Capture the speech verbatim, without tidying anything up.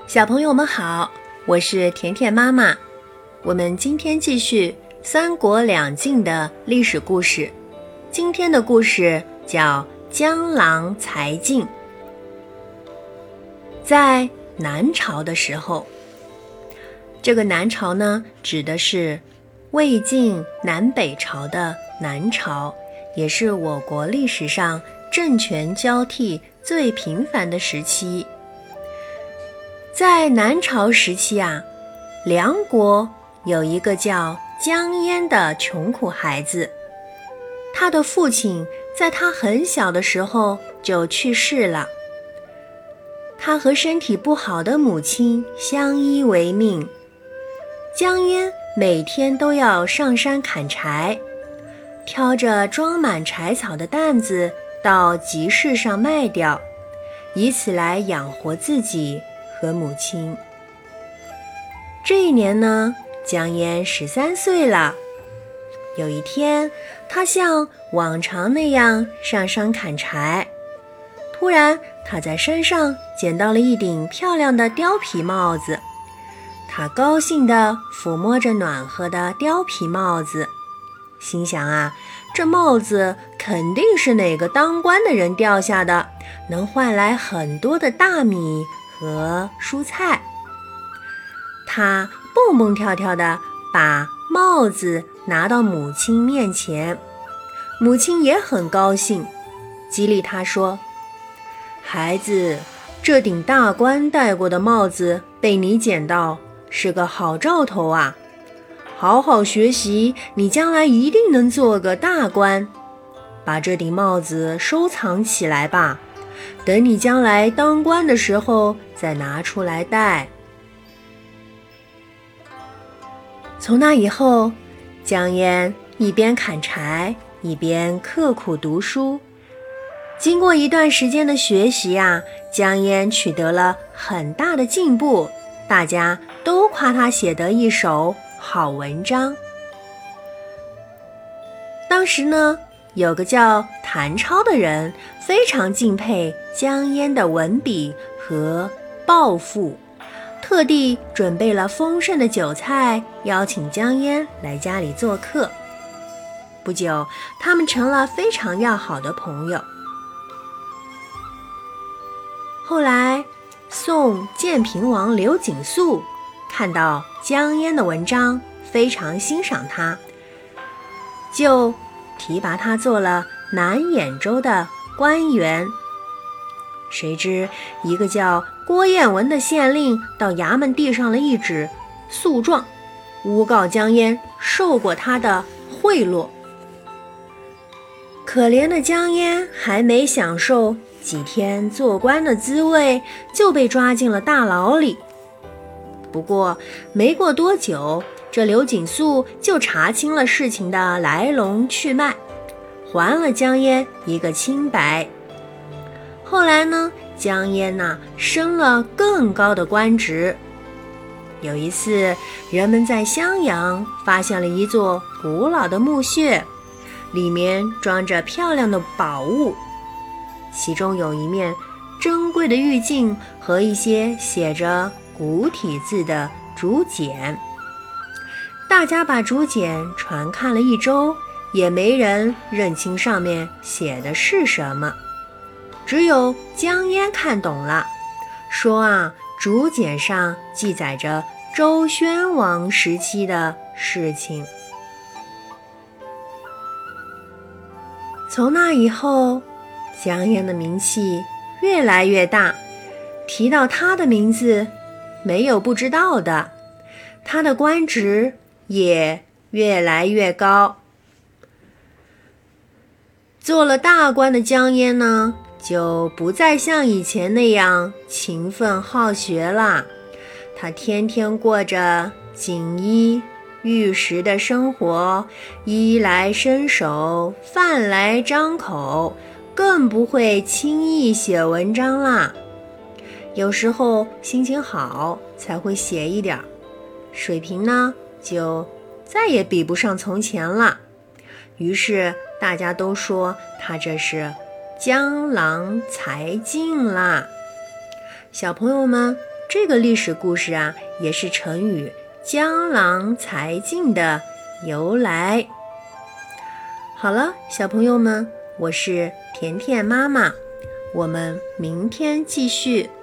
小朋友们好，我是甜甜妈妈。我们今天继续三国两晋的历史故事。今天的故事叫江郎才尽。在南朝的时候，这个南朝呢，指的是魏晋南北朝的南朝，也是我国历史上政权交替最频繁的时期。在南朝时期啊，梁国有一个叫江淹的穷苦孩子，他的父亲在他很小的时候就去世了，他和身体不好的母亲相依为命。江淹每天都要上山砍柴，挑着装满柴草的担子到集市上卖掉，以此来养活自己和母亲。这一年呢，江淹十三岁了。有一天，他像往常那样上山砍柴，突然他在山上捡到了一顶漂亮的貂皮帽子，他高兴地抚摸着暖和的貂皮帽子，心想啊，这帽子肯定是哪个当官的人掉下的，能换来很多的大米和蔬菜。他蹦蹦跳跳地把帽子拿到母亲面前，母亲也很高兴，激励他说：孩子，这顶大官戴过的帽子被你捡到，是个好兆头啊！好好学习，你将来一定能做个大官。把这顶帽子收藏起来吧，等你将来当官的时候再拿出来戴。从那以后，江淹一边砍柴，一边刻苦读书。经过一段时间的学习啊，江淹取得了很大的进步，大家都夸他写得一手好文章。当时呢，有个叫谭超的人非常敬佩江淹的文笔和抱负，特地准备了丰盛的酒菜，邀请江淹来家里做客。不久，他们成了非常要好的朋友。后来，宋建平王刘景素看到江淹的文章，非常欣赏他，就提拔他做了南兖州的官员。谁知一个叫郭彦文的县令到衙门递上了一纸诉状，诬告江淹受过他的贿赂。可怜的江淹还没享受几天做官的滋味，就被抓进了大牢里。不过没过多久，这刘景素就查清了事情的来龙去脉，还了江淹一个清白。后来呢，江淹呐、啊、升了更高的官职。有一次，人们在襄阳发现了一座古老的墓穴，里面装着漂亮的宝物，其中有一面珍贵的玉镜和一些写着古体字的竹简。大家把竹简传看了一周，也没人认清上面写的是什么。只有江淹看懂了，说啊，竹简上记载着周宣王时期的事情。从那以后，江淹的名气越来越大，提到他的名字，没有不知道的，他的官职也越来越高。做了大官的江淹呢，就不再像以前那样勤奋好学了，他天天过着锦衣玉食的生活，衣来伸手，饭来张口，更不会轻易写文章啦。有时候心情好才会写一点，水平呢就再也比不上从前了。于是大家都说他这是江郎才尽啦。小朋友们， 这个历史故事啊，也是成语江郎才尽的由来。好了，小朋友们，我是甜甜妈妈，我们明天继续。